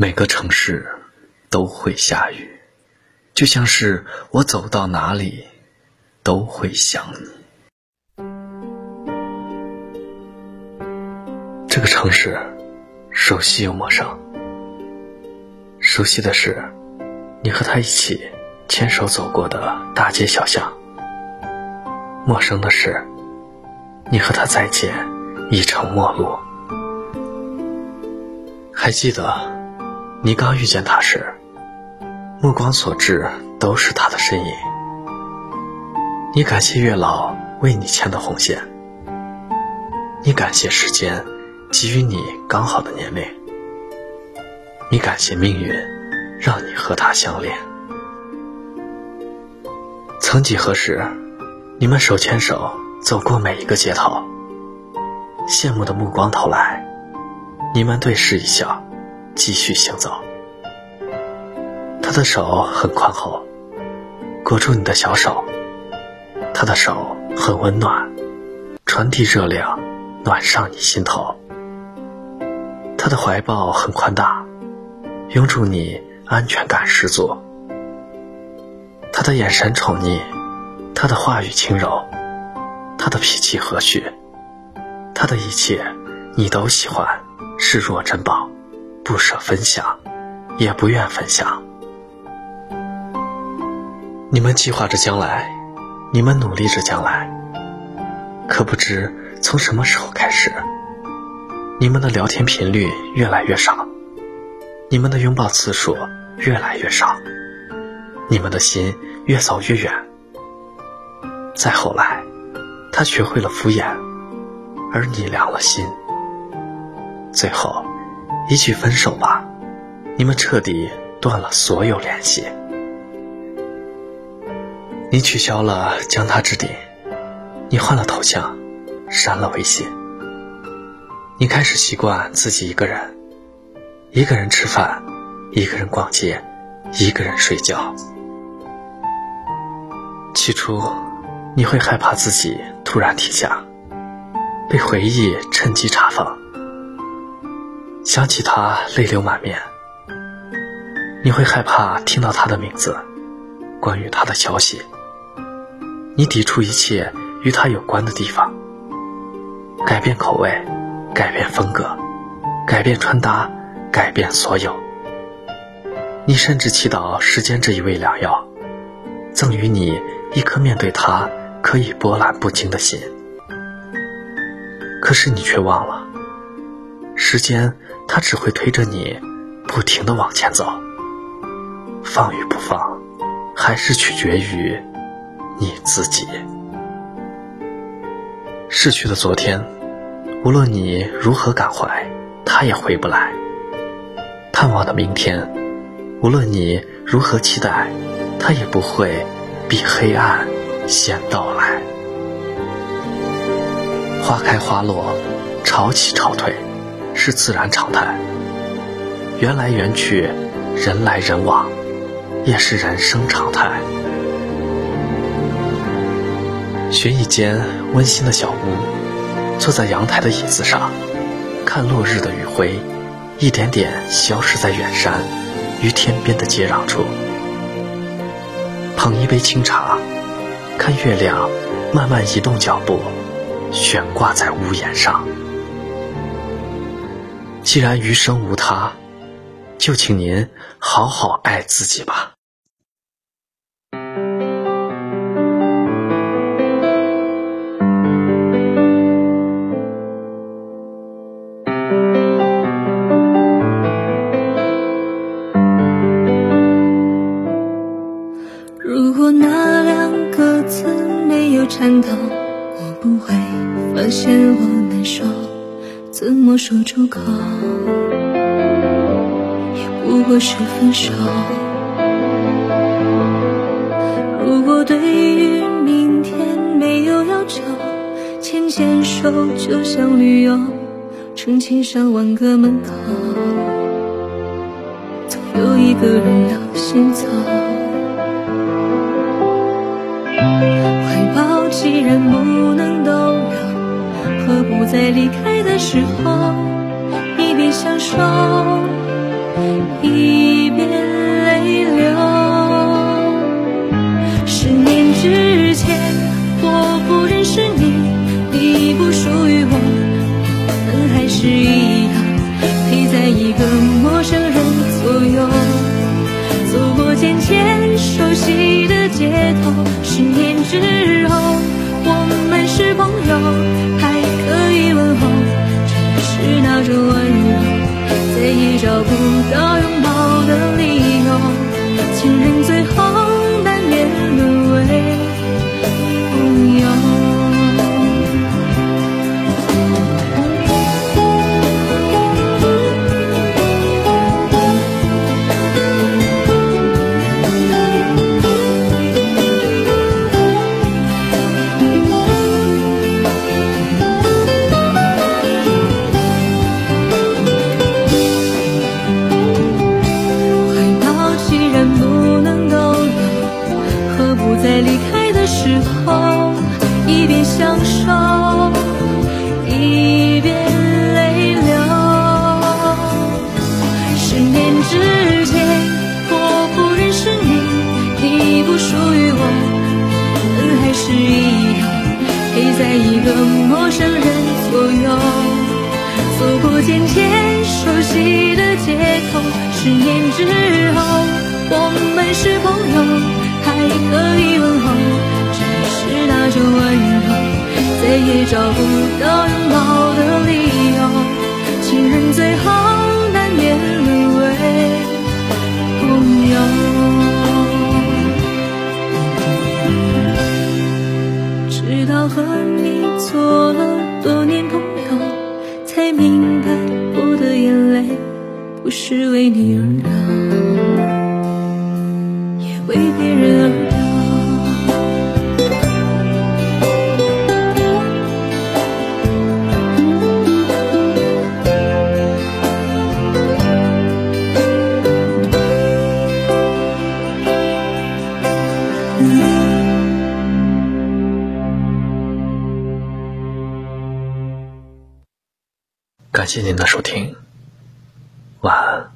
每个城市都会下雨，就像是我走到哪里都会想你。这个城市熟悉又陌生，熟悉的是你和他一起牵手走过的大街小巷，陌生的是你和他再见一场陌路。还记得你刚遇见他时，目光所至都是他的身影。你感谢月老为你牵的红线，你感谢时间给予你刚好的年龄，你感谢命运让你和他相恋。曾几何时，你们手牵手走过每一个街头，羡慕的目光投来，你们对视一笑，继续行走。他的手很宽厚，裹住你的小手，他的手很温暖，传递热量，暖上你心头。他的怀抱很宽大，拥住你，安全感十足。他的眼神宠溺，他的话语轻柔，他的脾气和煦，他的一切你都喜欢，视若珍宝，不舍分享，也不愿分享。你们计划着将来，你们努力着将来，可不知从什么时候开始，你们的聊天频率越来越少，你们的拥抱次数越来越少，你们的心越走越远。再后来，他学会了敷衍，而你凉了心。最后一句分手吧，你们彻底断了所有联系。你取消了将他置顶，你换了头像，删了微信。你开始习惯自己一个人，一个人吃饭，一个人逛街，一个人睡觉。起初你会害怕自己突然停下，被回忆趁机查封，想起他泪流满面。你会害怕听到他的名字，关于他的消息。你抵触一切与他有关的地方，改变口味，改变风格，改变穿搭，改变所有。你甚至祈祷时间这一味良药，赠予你一颗面对他可以波澜不惊的心。可是你却忘了，时间它只会推着你不停地往前走，放与不放还是取决于你自己。逝去的昨天，无论你如何感怀，它也回不来。探望的明天，无论你如何期待，它也不会比黑暗先到来。花开花落，潮起潮退，是自然常态。缘来缘去，人来人往，也是人生常态。寻一间温馨的小屋，坐在阳台的椅子上，看落日的余晖一点点消失在远山与天边的接壤处。捧一杯清茶，看月亮慢慢移动脚步，悬挂在屋檐上。既然余生无他，就请您好好爱自己吧。 如果那两个字没有颤抖，我不会发现我难受，怎么说出口，也不过是分手。如果对于明天没有要求，牵牵手就像旅游，成千上万个门口，总有一个人要先走。怀抱既然不能逗留，何不在离开的时候一边享受一个陌生人左右，走过渐渐熟悉的街头。10年之后，我们是朋友，还可以问候，只是那种温柔再也找不到拥抱的理由。情人最后难免沦为朋友。在离开的时候，一边享受，一边泪流。10年之前，我不认识你，你不属于我，我们还是一样，陪在一个陌生人左右，走过渐渐熟悉的街头。10年之后，我们是朋友，还可以问候，只是那种温柔再也找不到拥抱的理由。情人最后难免沦为朋友，直到和你做了多年朋友，才明白我的眼泪不是为你而流，为别人而流。 感谢您的收听，晚安。